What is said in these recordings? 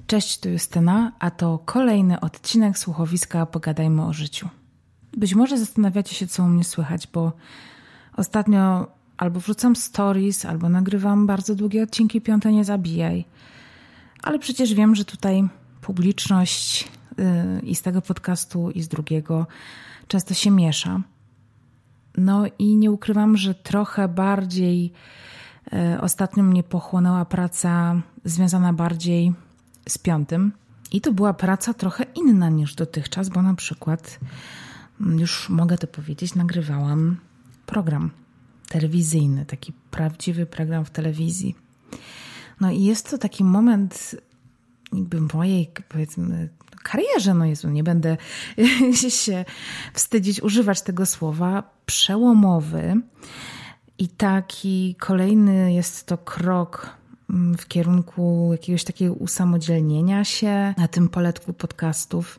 Cześć, tu Justyna, a to kolejny odcinek słuchowiska Pogadajmy o życiu. Być może zastanawiacie się, co u mnie słychać, bo ostatnio albo wrzucam stories, albo nagrywam bardzo długie odcinki Piąte nie zabijaj. Ale przecież wiem, że tutaj publiczność i z tego podcastu, i z drugiego często się miesza. No i nie ukrywam, że trochę bardziej ostatnio mnie pochłonęła praca związana bardziej z Piątym. I to była praca trochę inna niż dotychczas, bo na przykład, już mogę to powiedzieć, nagrywałam program telewizyjny, taki prawdziwy program w telewizji. No i jest to taki moment jakby w mojej, powiedzmy, karierze, no Jezu, nie będę się wstydzić używać tego słowa, przełomowy. I taki kolejny jest to krok w kierunku jakiegoś takiego usamodzielnienia się na tym poletku podcastów.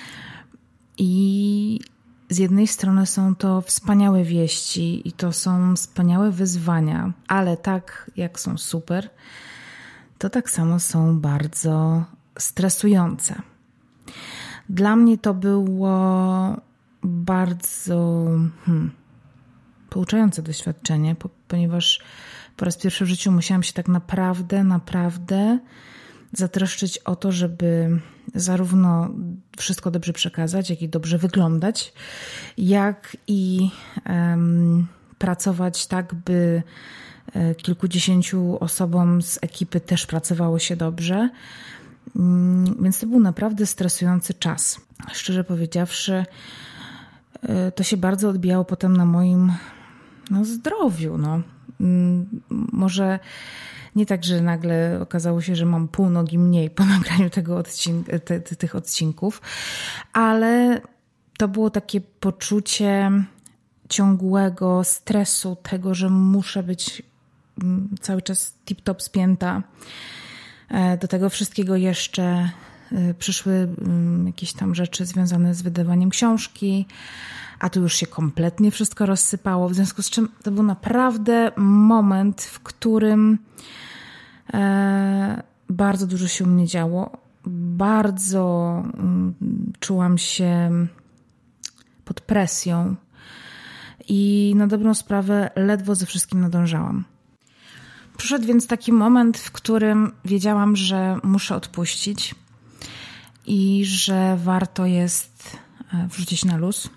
I z jednej strony są to wspaniałe wieści i to są wspaniałe wyzwania, ale tak jak są super, to tak samo są bardzo stresujące. Dla mnie to było bardzo pouczające doświadczenie, ponieważ po raz pierwszy w życiu musiałam się tak naprawdę zatroszczyć o to, żeby zarówno wszystko dobrze przekazać, jak i dobrze wyglądać, jak i pracować tak, by kilkudziesięciu osobom z ekipy też pracowało się dobrze. Więc to był naprawdę stresujący czas. Szczerze powiedziawszy, to się bardzo odbijało potem na moim zdrowiu. Może nie tak, że nagle okazało się, że mam pół nogi mniej po nagraniu tych odcinków, ale to było takie poczucie ciągłego stresu, tego, że muszę być cały czas tip-top spięta. Do tego wszystkiego jeszcze przyszły jakieś tam rzeczy związane z wydawaniem książki, a tu już się kompletnie wszystko rozsypało, w związku z czym to był naprawdę moment, w którym bardzo dużo się u mnie działo. Bardzo czułam się pod presją i na dobrą sprawę ledwo ze wszystkim nadążałam. Przyszedł więc taki moment, w którym wiedziałam, że muszę odpuścić i że warto jest wrzucić na luz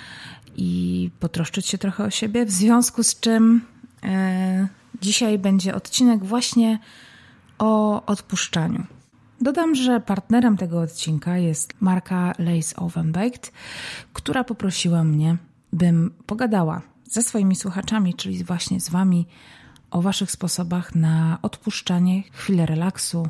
i potroszczyć się trochę o siebie, w związku z czym dzisiaj będzie odcinek właśnie o odpuszczaniu. Dodam, że partnerem tego odcinka jest marka Lay's Oven Baked, która poprosiła mnie, bym pogadała ze swoimi słuchaczami, czyli właśnie z wami, o waszych sposobach na odpuszczanie, chwilę relaksu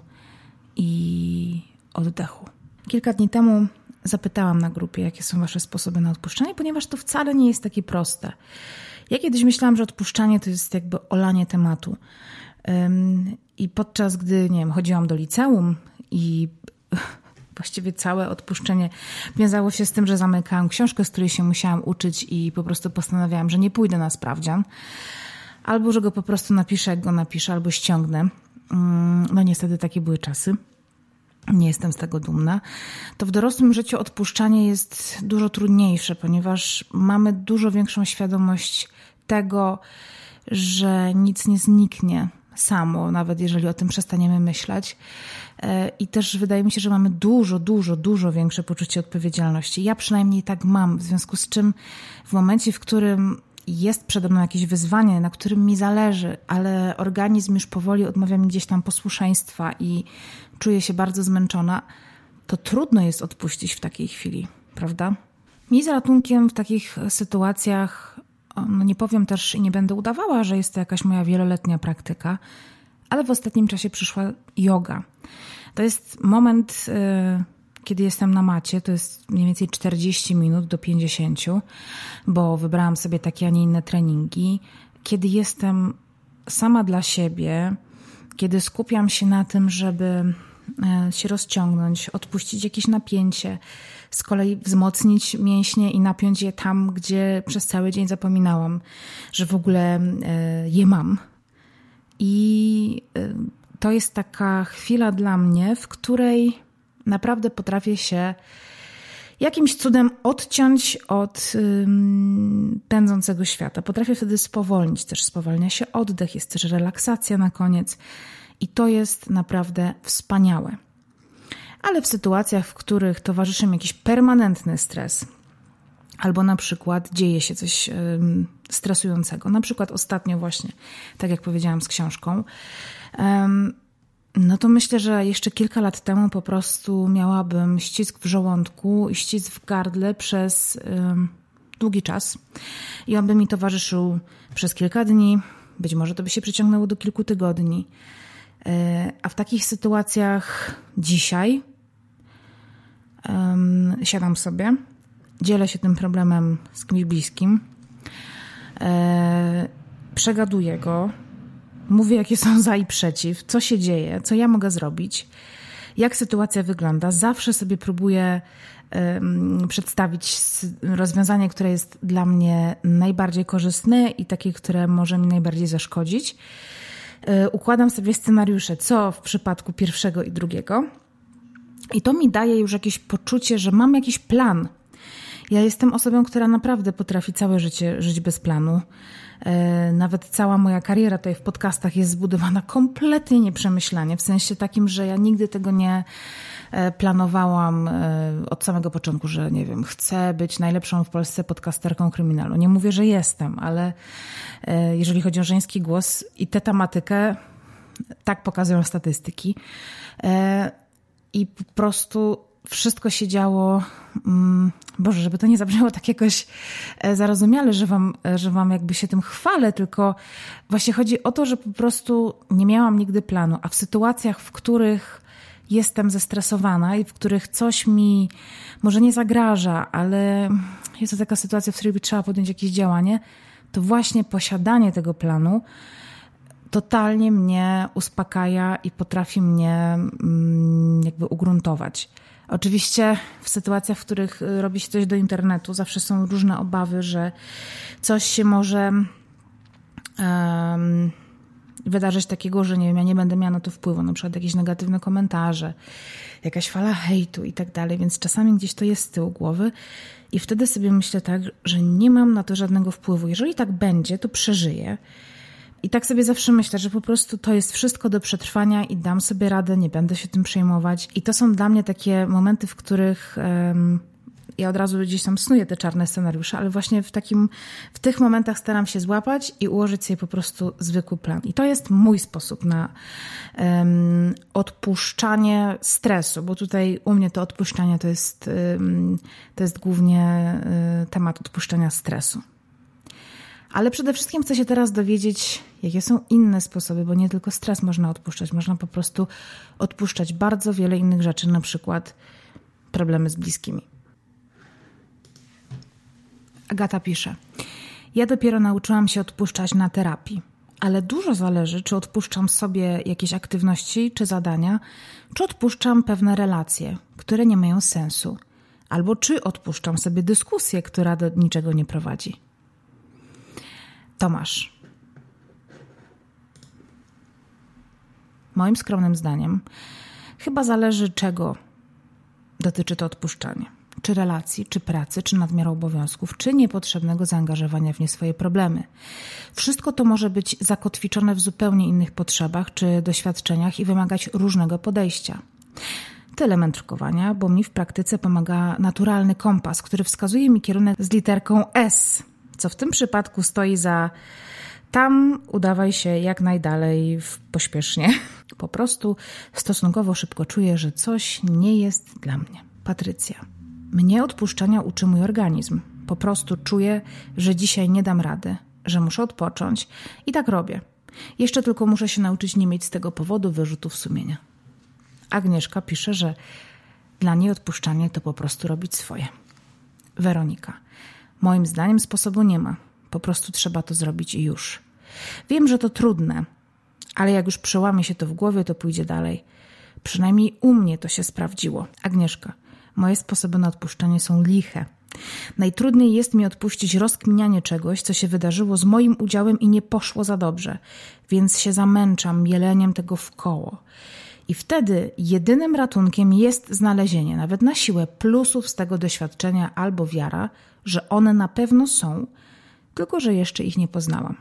i oddechu. Kilka dni temu zapytałam na grupie, jakie są wasze sposoby na odpuszczanie, ponieważ to wcale nie jest takie proste. Ja kiedyś myślałam, że odpuszczanie to jest jakby olanie tematu. I podczas gdy, chodziłam do liceum i właściwie całe odpuszczenie wiązało się z tym, że zamykałam książkę, z której się musiałam uczyć i po prostu postanawiałam, że nie pójdę na sprawdzian. Albo, że go po prostu napiszę, jak go napiszę, albo ściągnę. No niestety takie były czasy. Nie jestem z tego dumna. To w dorosłym życiu odpuszczanie jest dużo trudniejsze, ponieważ mamy dużo większą świadomość tego, że nic nie zniknie samo, nawet jeżeli o tym przestaniemy myśleć. I też wydaje mi się, że mamy dużo większe poczucie odpowiedzialności. Ja przynajmniej tak mam, w związku z czym w momencie, w którym jest przede mną jakieś wyzwanie, na którym mi zależy, ale organizm już powoli odmawia mi gdzieś tam posłuszeństwa i czuję się bardzo zmęczona, to trudno jest odpuścić w takiej chwili, prawda? Mi za ratunkiem w takich sytuacjach, nie powiem też i nie będę udawała, że jest to jakaś moja wieloletnia praktyka, ale w ostatnim czasie przyszła yoga. To jest moment, kiedy jestem na macie, to jest mniej więcej 40 minut do 50, bo wybrałam sobie takie, a nie inne treningi. Kiedy jestem sama dla siebie, kiedy skupiam się na tym, żeby się rozciągnąć, odpuścić jakieś napięcie, z kolei wzmocnić mięśnie i napiąć je tam, gdzie przez cały dzień zapominałam, że w ogóle je mam. I to jest taka chwila dla mnie, w której naprawdę potrafię się jakimś cudem odciąć od pędzącego świata. Potrafię wtedy spowolnić, też spowalnia się oddech, jest też relaksacja na koniec i to jest naprawdę wspaniałe. Ale w sytuacjach, w których towarzyszy mi jakiś permanentny stres, albo na przykład dzieje się coś stresującego, na przykład ostatnio właśnie, tak jak powiedziałam z książką, no to myślę, że jeszcze kilka lat temu po prostu miałabym ścisk w żołądku i ścisk w gardle przez długi czas i on by mi towarzyszył przez kilka dni, być może to by się przeciągnęło do kilku tygodni. A w takich sytuacjach dzisiaj siadam sobie, dzielę się tym problemem z kimś bliskim, przegaduję go, mówię, jakie są za i przeciw, co się dzieje, co ja mogę zrobić, jak sytuacja wygląda. Zawsze sobie próbuję przedstawić rozwiązanie, które jest dla mnie najbardziej korzystne i takie, które może mi najbardziej zaszkodzić. Układam sobie scenariusze, co w przypadku pierwszego i drugiego. I to mi daje już jakieś poczucie, że mam jakiś plan. Ja jestem osobą, która naprawdę potrafi całe życie żyć bez planu. Nawet cała moja kariera tutaj w podcastach jest zbudowana kompletnie nieprzemyślanie, w sensie takim, że ja nigdy tego nie planowałam od samego początku, że nie wiem, chcę być najlepszą w Polsce podcasterką kryminalu. Nie mówię, że jestem, ale jeżeli chodzi o żeński głos i tę tematykę, tak pokazują statystyki. I po prostu wszystko się działo, Boże, żeby to nie zabrzmiało tak jakoś zarozumiale, że wam jakby się tym chwalę, tylko właśnie chodzi o to, że po prostu nie miałam nigdy planu, a w sytuacjach, w których jestem zestresowana i w których coś mi może nie zagraża, ale jest to taka sytuacja, w której by trzeba podjąć jakieś działanie, to właśnie posiadanie tego planu totalnie mnie uspokaja i potrafi mnie jakby ugruntować. Oczywiście w sytuacjach, w których robi się coś do internetu, zawsze są różne obawy, że coś się może wydarzyć takiego, że nie wiem, ja nie będę miała na to wpływu, na przykład jakieś negatywne komentarze, jakaś fala hejtu i tak dalej, więc czasami gdzieś to jest z tyłu głowy i wtedy sobie myślę tak, że nie mam na to żadnego wpływu. Jeżeli tak będzie, to przeżyję. I tak sobie zawsze myślę, że po prostu to jest wszystko do przetrwania i dam sobie radę, nie będę się tym przejmować. I to są dla mnie takie momenty, w których ja od razu gdzieś tam snuję te czarne scenariusze, ale właśnie w tych momentach staram się złapać i ułożyć sobie po prostu zwykły plan. I to jest mój sposób na odpuszczanie stresu, bo tutaj u mnie to odpuszczanie to jest głównie temat odpuszczania stresu. Ale przede wszystkim chcę się teraz dowiedzieć, jakie są inne sposoby, bo nie tylko stres można odpuszczać. Można po prostu odpuszczać bardzo wiele innych rzeczy, na przykład problemy z bliskimi. Agata pisze: ja dopiero nauczyłam się odpuszczać na terapii, ale dużo zależy, czy odpuszczam sobie jakieś aktywności czy zadania, czy odpuszczam pewne relacje, które nie mają sensu, albo czy odpuszczam sobie dyskusję, która do niczego nie prowadzi. Tomasz. Moim skromnym zdaniem chyba zależy, czego dotyczy to odpuszczanie. Czy relacji, czy pracy, czy nadmiaru obowiązków, czy niepotrzebnego zaangażowania w nie swoje problemy. Wszystko to może być zakotwiczone w zupełnie innych potrzebach czy doświadczeniach i wymagać różnego podejścia. Tyle mędrkowania, bo mi w praktyce pomaga naturalny kompas, który wskazuje mi kierunek z literką S, co w tym przypadku stoi za tam udawaj się jak najdalej pośpiesznie. Po prostu stosunkowo szybko czuję, że coś nie jest dla mnie. Patrycja. Mnie odpuszczania uczy mój organizm. Po prostu czuję, że dzisiaj nie dam rady, że muszę odpocząć i tak robię. Jeszcze tylko muszę się nauczyć nie mieć z tego powodu wyrzutów sumienia. Agnieszka pisze, że dla niej odpuszczanie to po prostu robić swoje. Weronika. Moim zdaniem sposobu nie ma. Po prostu trzeba to zrobić i już. Wiem, że to trudne, ale jak już przełamie się to w głowie, to pójdzie dalej. Przynajmniej u mnie to się sprawdziło. Agnieszka. Moje sposoby na odpuszczanie są liche. Najtrudniej jest mi odpuścić rozkminianie czegoś, co się wydarzyło z moim udziałem i nie poszło za dobrze, więc się zamęczam mieleniem tego w koło. I wtedy jedynym ratunkiem jest znalezienie, nawet na siłę, plusów z tego doświadczenia albo wiara, że one na pewno są, tylko że jeszcze ich nie poznałam.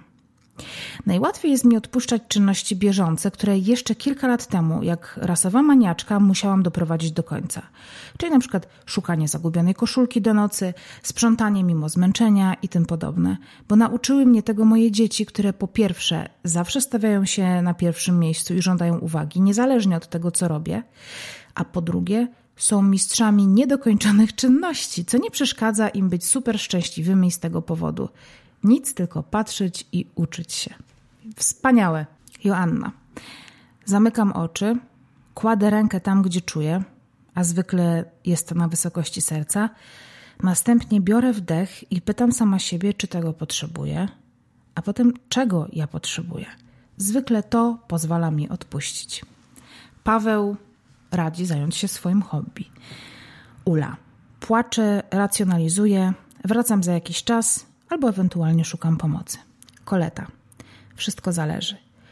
Najłatwiej jest mi odpuszczać czynności bieżące, które jeszcze kilka lat temu, jak rasowa maniaczka, musiałam doprowadzić do końca. Czyli na przykład szukanie zagubionej koszulki do nocy, sprzątanie mimo zmęczenia i tym podobne. Bo nauczyły mnie tego moje dzieci, które po pierwsze zawsze stawiają się na pierwszym miejscu i żądają uwagi, niezależnie od tego, co robię, a po drugie są mistrzami niedokończonych czynności, co nie przeszkadza im być super szczęśliwymi z tego powodu. Nic, tylko patrzeć i uczyć się. Wspaniałe. Joanna. Zamykam oczy, kładę rękę tam, gdzie czuję, a zwykle jest to na wysokości serca. Następnie biorę wdech i pytam sama siebie, czy tego potrzebuję, a potem czego ja potrzebuję. Zwykle to pozwala mi odpuścić. Paweł radzi zająć się swoim hobby. Ula. Płaczę, racjonalizuję, wracam za jakiś czas albo ewentualnie szukam pomocy. Koleta. Wszystko zależy.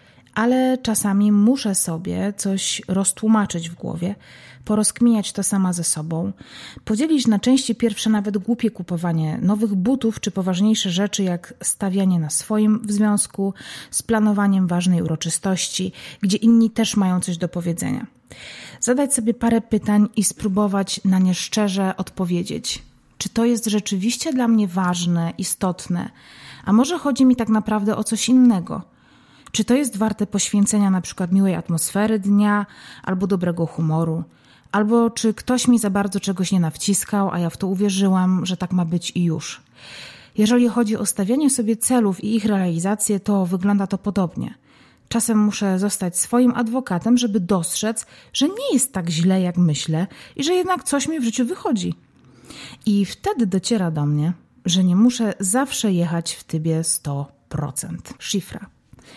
Ale czasami muszę sobie coś roztłumaczyć w głowie, porozkminiać to sama ze sobą, podzielić na części pierwsze nawet głupie kupowanie nowych butów czy poważniejsze rzeczy jak stawianie na swoim w związku z planowaniem ważnej uroczystości, gdzie inni też mają coś do powiedzenia. Zadać sobie parę pytań i spróbować na nie szczerze odpowiedzieć. Czy to jest rzeczywiście dla mnie ważne, istotne? A może chodzi mi tak naprawdę o coś innego? Czy to jest warte poświęcenia na przykład miłej atmosfery dnia albo dobrego humoru? Albo czy ktoś mi za bardzo czegoś nie nawciskał, a ja w to uwierzyłam, że tak ma być i już? Jeżeli chodzi o stawianie sobie celów i ich realizację, to wygląda to podobnie. Czasem muszę zostać swoim adwokatem, żeby dostrzec, że nie jest tak źle, jak myślę i że jednak coś mi w życiu wychodzi. I wtedy dociera do mnie, że nie muszę zawsze jechać w trybie 100%. Szyfra.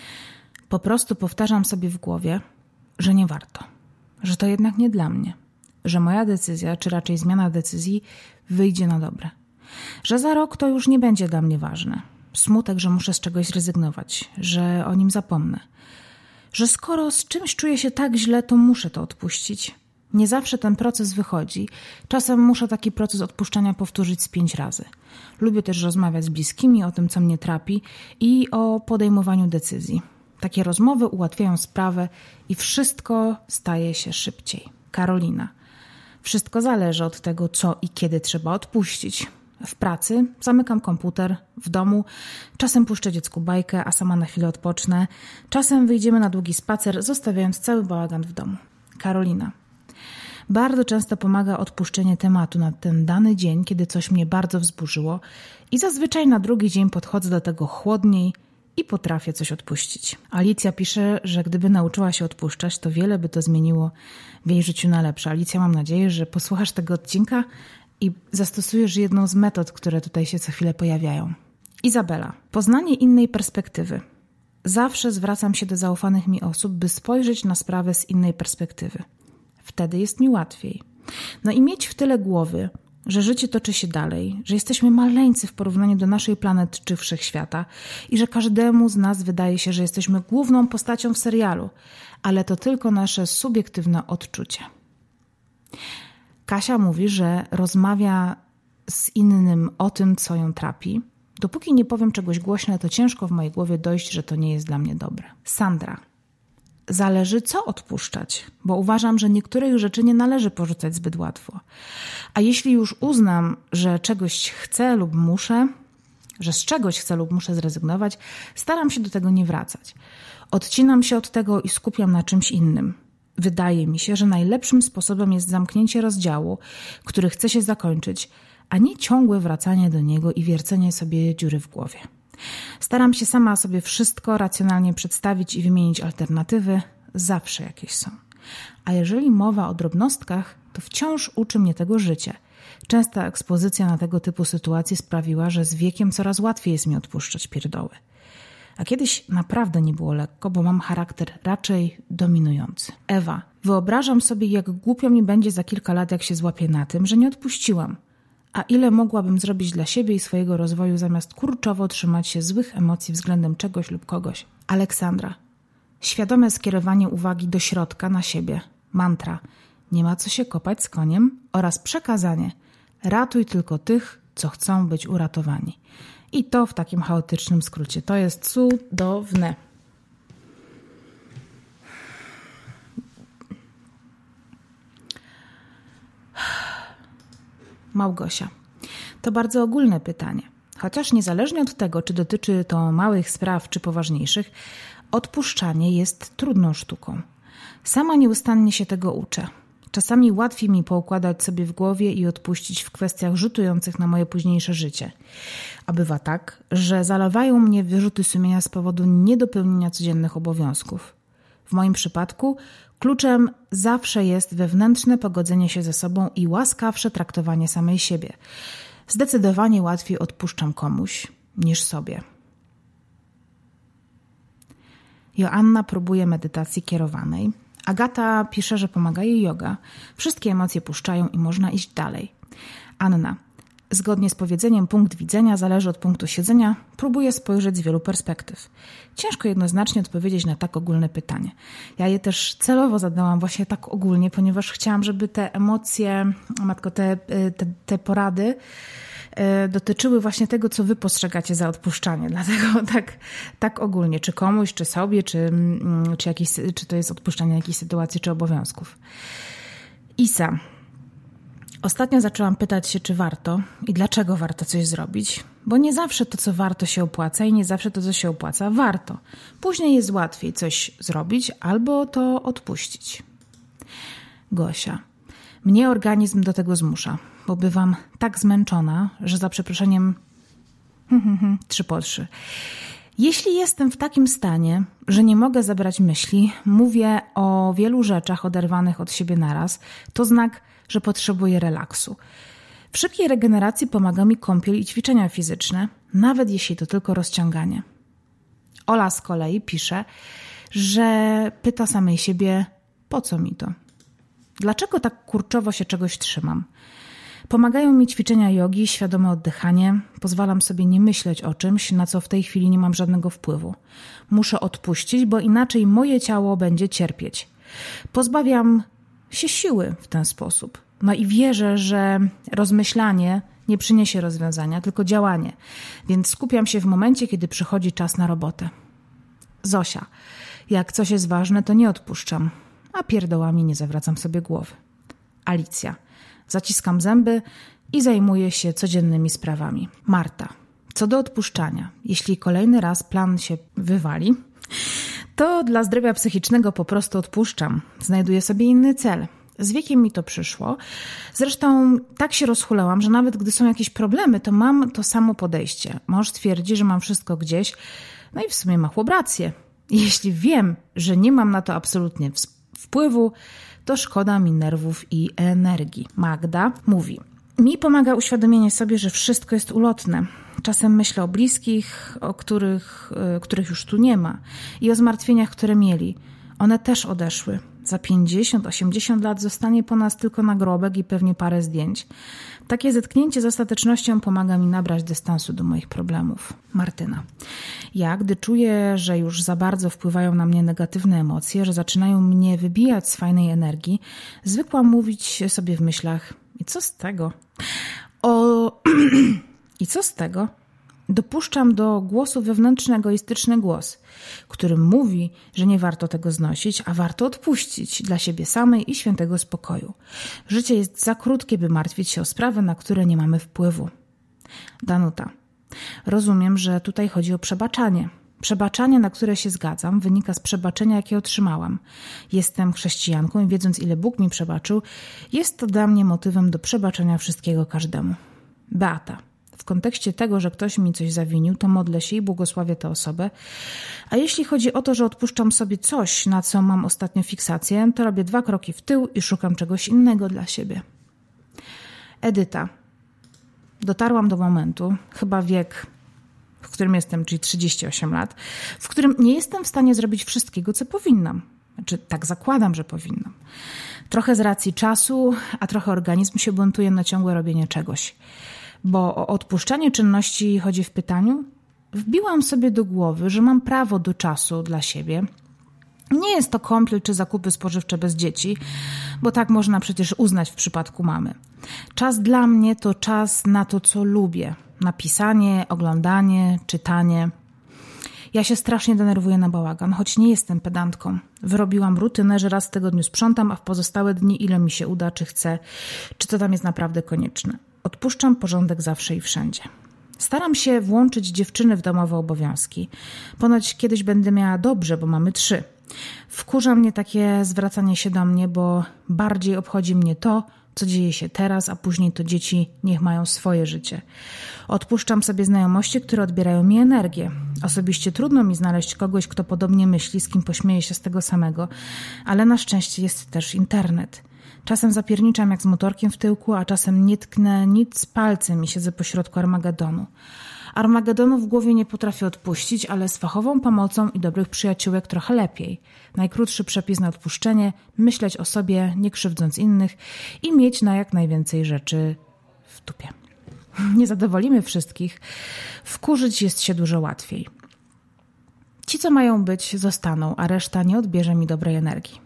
Po prostu powtarzam sobie w głowie, że nie warto, że to jednak nie dla mnie, że moja decyzja, czy raczej zmiana decyzji wyjdzie na dobre, że za rok to już nie będzie dla mnie ważne. Smutek, że muszę z czegoś zrezygnować, że o nim zapomnę, że skoro z czymś czuję się tak źle, to muszę to odpuścić. Nie zawsze ten proces wychodzi. Czasem muszę taki proces odpuszczania powtórzyć z 5 razy. Lubię też rozmawiać z bliskimi o tym, co mnie trapi i o podejmowaniu decyzji. Takie rozmowy ułatwiają sprawę i wszystko staje się szybciej. Karolina. Wszystko zależy od tego, co i kiedy trzeba odpuścić. W pracy zamykam komputer, w domu czasem puszczę dziecku bajkę, a sama na chwilę odpocznę. Czasem wyjdziemy na długi spacer, zostawiając cały bałagan w domu. Karolina. Bardzo często pomaga odpuszczenie tematu na ten dany dzień, kiedy coś mnie bardzo wzburzyło i zazwyczaj na drugi dzień podchodzę do tego chłodniej i potrafię coś odpuścić. Alicja pisze, że gdyby nauczyła się odpuszczać, to wiele by to zmieniło w jej życiu na lepsze. Alicja, mam nadzieję, że posłuchasz tego odcinka i zastosujesz jedną z metod, które tutaj się co chwilę pojawiają. Izabela. Poznanie innej perspektywy. Zawsze zwracam się do zaufanych mi osób, by spojrzeć na sprawę z innej perspektywy. Wtedy jest mi łatwiej. No i mieć w tyle głowy, że życie toczy się dalej, że jesteśmy maleńcy w porównaniu do naszej planety czy wszechświata i że każdemu z nas wydaje się, że jesteśmy główną postacią w serialu, ale to tylko nasze subiektywne odczucie. Kasia mówi, że rozmawia z innym o tym, co ją trapi. Dopóki nie powiem czegoś głośno, to ciężko w mojej głowie dojść, że to nie jest dla mnie dobre. Sandra. Zależy, co odpuszczać, bo uważam, że niektórych rzeczy nie należy porzucać zbyt łatwo. A jeśli już uznam, że czegoś chcę lub muszę, że z czegoś chcę lub muszę zrezygnować, staram się do tego nie wracać. Odcinam się od tego i skupiam na czymś innym. Wydaje mi się, że najlepszym sposobem jest zamknięcie rozdziału, który chce się zakończyć, a nie ciągłe wracanie do niego i wiercenie sobie dziury w głowie. Staram się sama sobie wszystko racjonalnie przedstawić i wymienić alternatywy, zawsze jakieś są. A jeżeli mowa o drobnostkach, to wciąż uczy mnie tego życie. Częsta ekspozycja na tego typu sytuacje sprawiła, że z wiekiem coraz łatwiej jest mi odpuszczać pierdoły. A kiedyś naprawdę nie było lekko, bo mam charakter raczej dominujący. Ewa, wyobrażam sobie, jak głupio mi będzie za kilka lat, jak się złapię na tym, że nie odpuściłam. A ile mogłabym zrobić dla siebie i swojego rozwoju, zamiast kurczowo trzymać się złych emocji względem czegoś lub kogoś. Aleksandra. Świadome skierowanie uwagi do środka na siebie. Mantra. Nie ma co się kopać z koniem. Oraz przekazanie. Ratuj tylko tych, co chcą być uratowani. I to w takim chaotycznym skrócie. To jest cudowne. Małgosia. To bardzo ogólne pytanie. Chociaż niezależnie od tego, czy dotyczy to małych spraw, czy poważniejszych, odpuszczanie jest trudną sztuką. Sama nieustannie się tego uczę. Czasami łatwiej mi poukładać sobie w głowie i odpuścić w kwestiach rzutujących na moje późniejsze życie. A bywa tak, że zalewają mnie wyrzuty sumienia z powodu niedopełnienia codziennych obowiązków. W moim przypadku kluczem zawsze jest wewnętrzne pogodzenie się ze sobą i łaskawsze traktowanie samej siebie. Zdecydowanie łatwiej odpuszczam komuś niż sobie. Joanna próbuje medytacji kierowanej. Agata pisze, że pomaga jej joga. Wszystkie emocje puszczają i można iść dalej. Anna. Zgodnie z powiedzeniem punkt widzenia zależy od punktu siedzenia. Próbuję spojrzeć z wielu perspektyw. Ciężko jednoznacznie odpowiedzieć na tak ogólne pytanie. Ja je też celowo zadałam właśnie tak ogólnie, ponieważ chciałam, żeby te emocje, te porady dotyczyły właśnie tego, co wy postrzegacie za odpuszczanie. Dlatego tak ogólnie, czy komuś, czy sobie, czy to jest odpuszczanie jakiejś sytuacji, czy obowiązków. Isa. Ostatnio zaczęłam pytać się, czy warto i dlaczego warto coś zrobić, bo nie zawsze to, co warto, się opłaca i nie zawsze to, co się opłaca, warto. Później jest łatwiej coś zrobić albo to odpuścić. Gosia. Mnie organizm do tego zmusza, bo bywam tak zmęczona, że za przeproszeniem 3 po 3. Jeśli jestem w takim stanie, że nie mogę zebrać myśli, mówię o wielu rzeczach oderwanych od siebie naraz, to znak, że potrzebuję relaksu. W szybkiej regeneracji pomaga mi kąpiel i ćwiczenia fizyczne, nawet jeśli to tylko rozciąganie. Ola z kolei pisze, że pyta samej siebie, po co mi to? Dlaczego tak kurczowo się czegoś trzymam? Pomagają mi ćwiczenia jogi, świadome oddychanie. Pozwalam sobie nie myśleć o czymś, na co w tej chwili nie mam żadnego wpływu. Muszę odpuścić, bo inaczej moje ciało będzie cierpieć. Pozbawiam się siły w ten sposób. No i wierzę, że rozmyślanie nie przyniesie rozwiązania, tylko działanie. Więc skupiam się w momencie, kiedy przychodzi czas na robotę. Zosia. Jak coś jest ważne, to nie odpuszczam, a pierdołami nie zawracam sobie głowy. Alicja. Zaciskam zęby i zajmuję się codziennymi sprawami. Marta. Co do odpuszczania, jeśli kolejny raz plan się wywali, to dla zdrowia psychicznego po prostu odpuszczam. Znajduję sobie inny cel. Z wiekiem mi to przyszło. Zresztą tak się rozhulałam, że nawet gdy są jakieś problemy, to mam to samo podejście. Mąż twierdzi, że mam wszystko gdzieś, no i w sumie ma chłop rację. Jeśli wiem, że nie mam na to absolutnie wpływu, to szkoda mi nerwów i energii. Magda mówi, mi pomaga uświadomienie sobie, że wszystko jest ulotne. Czasem myślę o bliskich, których już tu nie ma i o zmartwieniach, które mieli. One też odeszły. Za 50-80 lat zostanie po nas tylko nagrobek i pewnie parę zdjęć. Takie zetknięcie z ostatecznością pomaga mi nabrać dystansu do moich problemów. Martyna. Ja, gdy czuję, że już za bardzo wpływają na mnie negatywne emocje, że zaczynają mnie wybijać z fajnej energii, zwykłam mówić sobie w myślach, i co z tego? I co z tego? Dopuszczam do głosu wewnętrzny, egoistyczny głos, który mówi, że nie warto tego znosić, a warto odpuścić dla siebie samej i świętego spokoju. Życie jest za krótkie, by martwić się o sprawy, na które nie mamy wpływu. Danuta. Rozumiem, że tutaj chodzi o przebaczanie. Przebaczanie, na które się zgadzam, wynika z przebaczenia, jakie otrzymałam. Jestem chrześcijanką i wiedząc, ile Bóg mi przebaczył, jest to dla mnie motywem do przebaczenia wszystkiego każdemu. Beata. W kontekście tego, że ktoś mi coś zawinił, to modlę się i błogosławię tę osobę. A jeśli chodzi o to, że odpuszczam sobie coś, na co mam ostatnio fiksację, to robię 2 kroki w tył i szukam czegoś innego dla siebie. Edyta. Dotarłam do momentu, chyba wiek, w którym jestem, czyli 38 lat, w którym nie jestem w stanie zrobić wszystkiego, co powinnam. Znaczy, tak zakładam, że powinnam. Trochę z racji czasu, a trochę organizm się buntuje na ciągłe robienie czegoś. Bo o odpuszczanie czynności chodzi w pytaniu? Wbiłam sobie do głowy, że mam prawo do czasu dla siebie. Nie jest to kąpiel czy zakupy spożywcze bez dzieci, bo tak można przecież uznać w przypadku mamy. Czas dla mnie to czas na to, co lubię. Na pisanie, oglądanie, czytanie. Ja się strasznie denerwuję na bałagan, choć nie jestem pedantką. Wyrobiłam rutynę, że raz w tygodniu sprzątam, a w pozostałe dni ile mi się uda, czy chcę, czy to tam jest naprawdę konieczne. Odpuszczam porządek zawsze i wszędzie. Staram się włączyć dziewczyny w domowe obowiązki. Ponoć kiedyś będę miała dobrze, bo mamy 3. Wkurza mnie takie zwracanie się do mnie, bo bardziej obchodzi mnie to, co dzieje się teraz, a później to dzieci niech mają swoje życie. Odpuszczam sobie znajomości, które odbierają mi energię. Osobiście trudno mi znaleźć kogoś, kto podobnie myśli, z kim pośmieje się z tego samego, ale na szczęście jest też internet. Czasem zapierniczam jak z motorkiem w tyłku, a czasem nie tknę nic palcem i siedzę pośrodku Armagedonu. Armagedonu w głowie nie potrafię odpuścić, ale z fachową pomocą i dobrych przyjaciółek trochę lepiej. Najkrótszy przepis na odpuszczenie, myśleć o sobie, nie krzywdząc innych i mieć na jak najwięcej rzeczy w dupie. Nie zadowolimy wszystkich. Wkurzyć jest się dużo łatwiej. Ci, co mają być, zostaną, a reszta nie odbierze mi dobrej energii.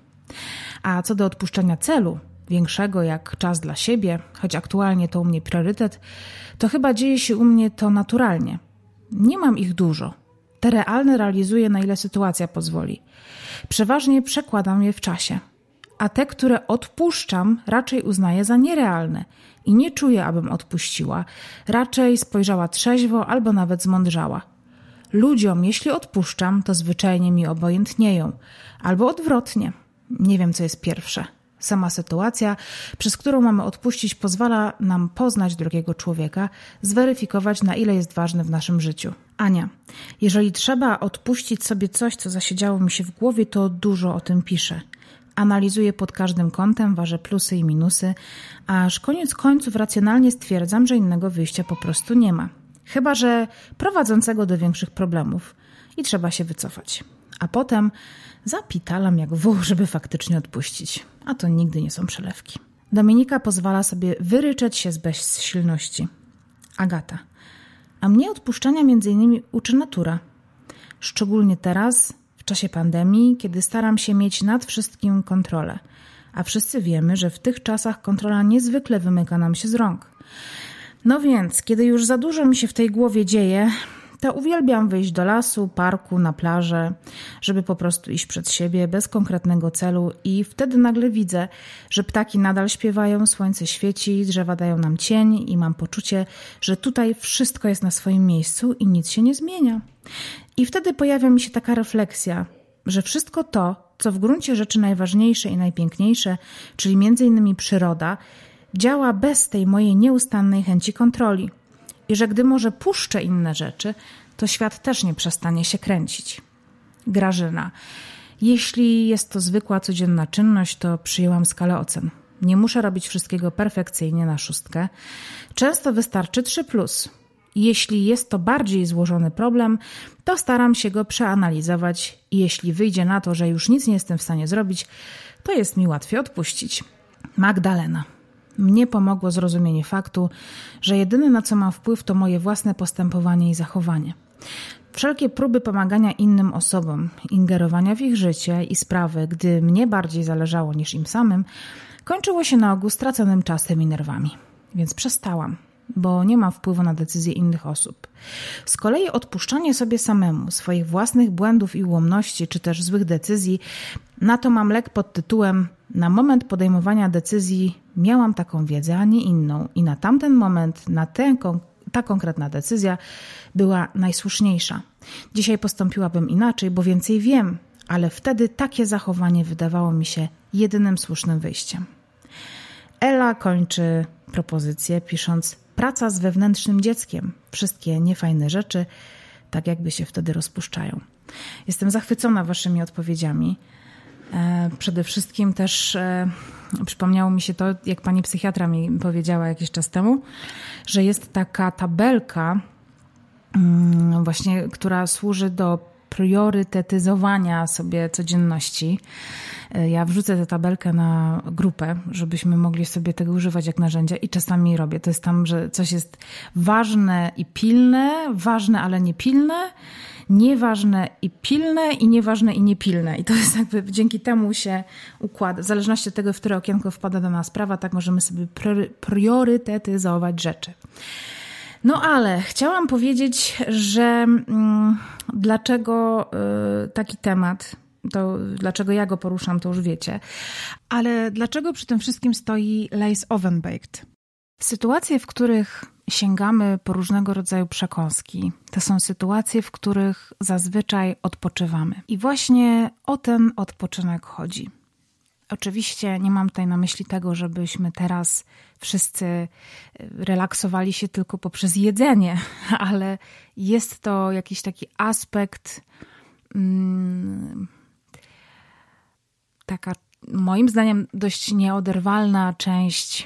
A co do odpuszczenia celu, większego jak czas dla siebie, choć aktualnie to u mnie priorytet, to chyba dzieje się u mnie to naturalnie. Nie mam ich dużo. Te realne realizuję, na ile sytuacja pozwoli. Przeważnie przekładam je w czasie. A te, które odpuszczam, raczej uznaję za nierealne i nie czuję, abym odpuściła. Raczej spojrzała trzeźwo albo nawet zmądrzała. Ludziom, jeśli odpuszczam, to zwyczajnie mi obojętnieją. Albo odwrotnie. Nie wiem, co jest pierwsze. Sama sytuacja, przez którą mamy odpuścić, pozwala nam poznać drugiego człowieka, zweryfikować, na ile jest ważny w naszym życiu. Ania, jeżeli trzeba odpuścić sobie coś, co zasiedziało mi się w głowie, to dużo o tym piszę. Analizuję pod każdym kątem, ważę plusy i minusy, aż koniec końców racjonalnie stwierdzam, że innego wyjścia po prostu nie ma. Chyba że prowadzącego do większych problemów i trzeba się wycofać. A potem zapitalam jak wół, żeby faktycznie odpuścić. A to nigdy nie są przelewki. Dominika pozwala sobie wyryczeć się z bezsilności. Agata. A mnie odpuszczania m.in. uczy natura. Szczególnie teraz, w czasie pandemii, kiedy staram się mieć nad wszystkim kontrolę. A wszyscy wiemy, że w tych czasach kontrola niezwykle wymyka nam się z rąk. No więc, kiedy już za dużo mi się w tej głowie dzieje, to uwielbiam wyjść do lasu, parku, na plażę, żeby po prostu iść przed siebie bez konkretnego celu i wtedy nagle widzę, że ptaki nadal śpiewają, słońce świeci, drzewa dają nam cień i mam poczucie, że tutaj wszystko jest na swoim miejscu i nic się nie zmienia. I wtedy pojawia mi się taka refleksja, że wszystko to, co w gruncie rzeczy najważniejsze i najpiękniejsze, czyli między innymi przyroda, działa bez tej mojej nieustannej chęci kontroli. I że gdy może puszczę inne rzeczy, to świat też nie przestanie się kręcić. Grażyna. Jeśli jest to zwykła, codzienna czynność, to przyjęłam skalę ocen. Nie muszę robić wszystkiego perfekcyjnie na 6. Często wystarczy 3+. Jeśli jest to bardziej złożony problem, to staram się go przeanalizować i jeśli wyjdzie na to, że już nic nie jestem w stanie zrobić, to jest mi łatwiej odpuścić. Magdalena. Mnie pomogło zrozumienie faktu, że jedyne na co mam wpływ to moje własne postępowanie i zachowanie. Wszelkie próby pomagania innym osobom, ingerowania w ich życie i sprawy, gdy mnie bardziej zależało niż im samym, kończyło się na ogół straconym czasem i nerwami. Więc przestałam, bo nie mam wpływu na decyzje innych osób. Z kolei odpuszczanie sobie samemu swoich własnych błędów i ułomności, czy też złych decyzji, na to mam lek pod tytułem na moment podejmowania decyzji miałam taką wiedzę, a nie inną i na tamten moment, ta konkretna decyzja była najsłuszniejsza. Dzisiaj postąpiłabym inaczej, bo więcej wiem, ale wtedy takie zachowanie wydawało mi się jedynym słusznym wyjściem. Ela kończy propozycję pisząc: praca z wewnętrznym dzieckiem. Wszystkie niefajne rzeczy tak jakby się wtedy rozpuszczają. Jestem zachwycona waszymi odpowiedziami. Przede wszystkim też przypomniało mi się to, jak pani psychiatra mi powiedziała jakiś czas temu, że jest taka tabelka właśnie, która służy do priorytetyzowania sobie codzienności. Ja wrzucę tę tabelkę na grupę, żebyśmy mogli sobie tego używać jak narzędzia i czasami robię. To jest tam, że coś jest ważne i pilne, ważne, ale niepilne, nieważne i pilne i nieważne i niepilne. I to jest jakby dzięki temu się układa. W zależności od tego, w które okienko wpada dana sprawa, tak możemy sobie priorytetyzować rzeczy. No ale chciałam powiedzieć, że dlaczego taki temat, to dlaczego ja go poruszam, to już wiecie, ale dlaczego przy tym wszystkim stoi Lay's Oven Baked? Sytuacje, w których sięgamy po różnego rodzaju przekąski, to są sytuacje, w których zazwyczaj odpoczywamy. I właśnie o ten odpoczynek chodzi. Oczywiście nie mam tutaj na myśli tego, żebyśmy teraz wszyscy relaksowali się tylko poprzez jedzenie, ale jest to jakiś taki aspekt, taka moim zdaniem dość nieoderwalna część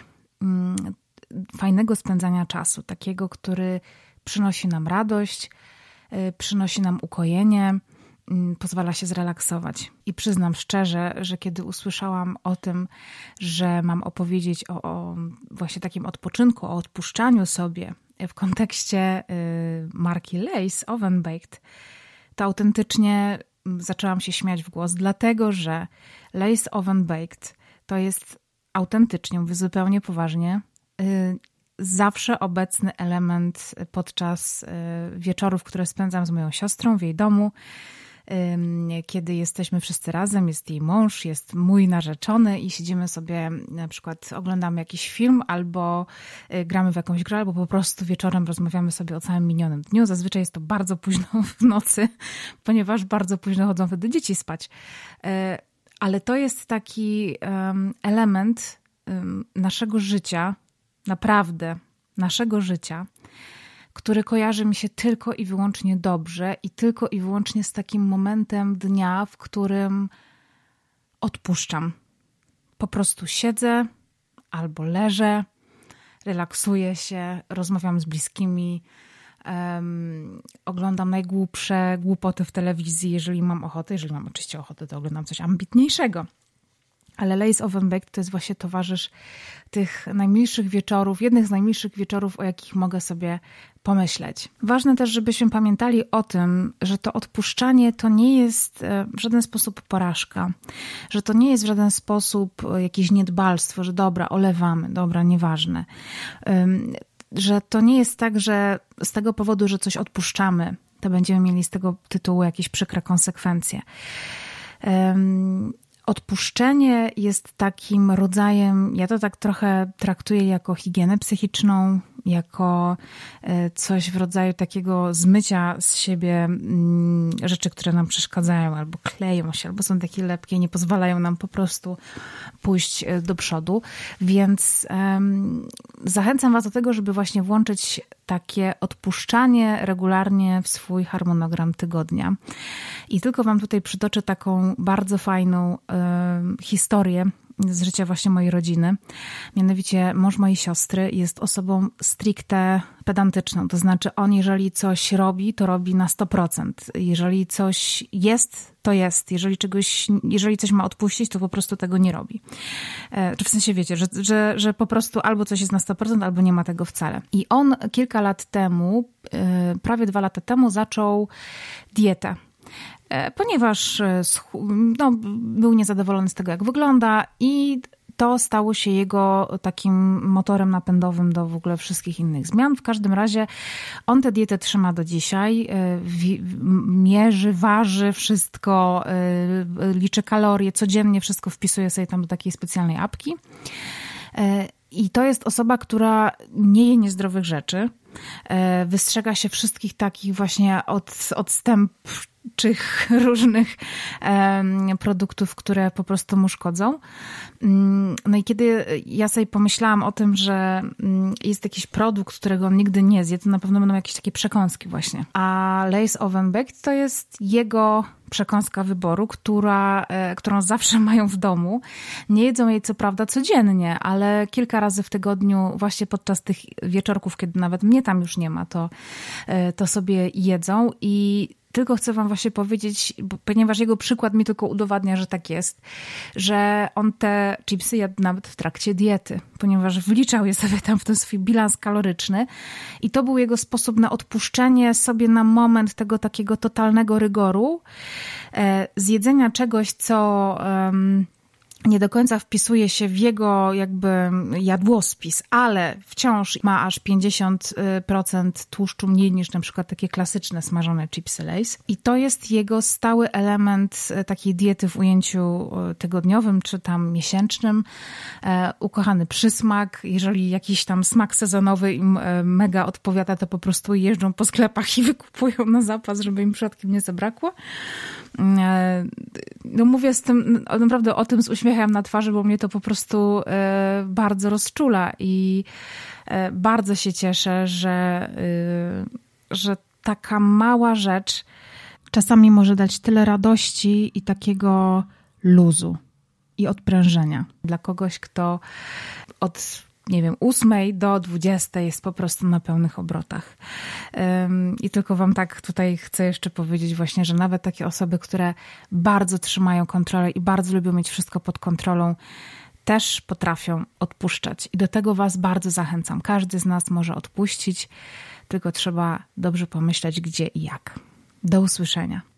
fajnego spędzania czasu, takiego, który przynosi nam radość, przynosi nam ukojenie, pozwala się zrelaksować. I przyznam szczerze, że kiedy usłyszałam o tym, że mam opowiedzieć o właśnie takim odpoczynku, o odpuszczaniu sobie w kontekście marki Lay's Oven Baked, to autentycznie zaczęłam się śmiać w głos, dlatego że Lay's Oven Baked to jest autentycznie, mówię zupełnie poważnie, zawsze obecny element podczas wieczorów, które spędzam z moją siostrą w jej domu, kiedy jesteśmy wszyscy razem, jest jej mąż, jest mój narzeczony i siedzimy sobie, na przykład oglądamy jakiś film albo gramy w jakąś grę, albo po prostu wieczorem rozmawiamy sobie o całym minionym dniu. Zazwyczaj jest to bardzo późno w nocy, ponieważ bardzo późno chodzą wtedy dzieci spać. Ale to jest taki element naszego życia, naprawdę naszego życia, który kojarzy mi się tylko i wyłącznie dobrze i tylko i wyłącznie z takim momentem dnia, w którym odpuszczam. Po prostu siedzę albo leżę, relaksuję się, rozmawiam z bliskimi, oglądam najgłupsze głupoty w telewizji, jeżeli mam ochotę. Jeżeli mam oczywiście ochotę, to oglądam coś ambitniejszego. Ale Lay's Oven Baked to jest właśnie towarzysz tych najmilszych wieczorów, jednych z najmilszych wieczorów, o jakich mogę sobie pomyśleć. Ważne też, żebyśmy pamiętali o tym, że to odpuszczanie to nie jest w żaden sposób porażka, że to nie jest w żaden sposób jakieś niedbalstwo, że dobra, olewamy, dobra, nieważne. Że to nie jest tak, że z tego powodu, że coś odpuszczamy, to będziemy mieli z tego tytułu jakieś przykre konsekwencje. Odpuszczenie jest takim rodzajem, ja to tak trochę traktuję jako higienę psychiczną, jako coś w rodzaju takiego zmycia z siebie rzeczy, które nam przeszkadzają, albo kleją się, albo są takie lepkie i nie pozwalają nam po prostu pójść do przodu. Więc zachęcam Was do tego, żeby właśnie włączyć takie odpuszczanie regularnie w swój harmonogram tygodnia. I tylko Wam tutaj przytoczę taką bardzo fajną historię z życia właśnie mojej rodziny. Mianowicie mąż mojej siostry jest osobą stricte pedantyczną. To znaczy on, jeżeli coś robi, to robi na 100%. Jeżeli coś jest, to jest. Jeżeli coś ma odpuścić, to po prostu tego nie robi. Czy w sensie wiecie, że po prostu albo coś jest na 100%, albo nie ma tego wcale. I on kilka lat temu, prawie 2 lata temu zaczął dietę. Ponieważ był niezadowolony z tego, jak wygląda i to stało się jego takim motorem napędowym do w ogóle wszystkich innych zmian. W każdym razie on tę dietę trzyma do dzisiaj, mierzy, waży wszystko, liczy kalorie, codziennie wszystko wpisuje sobie tam do takiej specjalnej apki. I to jest osoba, która nie je niezdrowych rzeczy, wystrzega się wszystkich takich właśnie odstępczych różnych produktów, które po prostu mu szkodzą. No i kiedy ja sobie pomyślałam o tym, że jest jakiś produkt, którego on nigdy nie zje, to na pewno będą jakieś takie przekąski właśnie. A Lay's Oven Baked to jest jego przekąska wyboru, którą zawsze mają w domu. Nie jedzą jej co prawda codziennie, ale kilka razy w tygodniu, właśnie podczas tych wieczorków, kiedy nawet mnie tam już nie ma, to sobie jedzą i tylko chcę wam właśnie powiedzieć, ponieważ jego przykład mi tylko udowadnia, że tak jest, że on te chipsy jadł nawet w trakcie diety, ponieważ wliczał je sobie tam w ten swój bilans kaloryczny i to był jego sposób na odpuszczenie sobie na moment tego takiego totalnego rygoru, zjedzenia czegoś, co nie do końca wpisuje się w jego jakby jadłospis, ale wciąż ma aż 50% tłuszczu mniej niż na przykład takie klasyczne smażone chipsy Lay's. I to jest jego stały element takiej diety w ujęciu tygodniowym czy tam miesięcznym. Ukochany przysmak. Jeżeli jakiś tam smak sezonowy im mega odpowiada, to po prostu jeżdżą po sklepach i wykupują na zapas, żeby im przypadkiem nie zabrakło. No mówię z tym, naprawdę o tym z uśmiechem na twarzy, bo mnie to po prostu bardzo rozczula i bardzo się cieszę, że taka mała rzecz czasami może dać tyle radości i takiego luzu i odprężenia dla kogoś, kto od 8 do 20 jest po prostu na pełnych obrotach. I tylko wam tak tutaj chcę jeszcze powiedzieć właśnie, że nawet takie osoby, które bardzo trzymają kontrolę i bardzo lubią mieć wszystko pod kontrolą, też potrafią odpuszczać. I do tego was bardzo zachęcam. Każdy z nas może odpuścić, tylko trzeba dobrze pomyśleć, gdzie i jak. Do usłyszenia.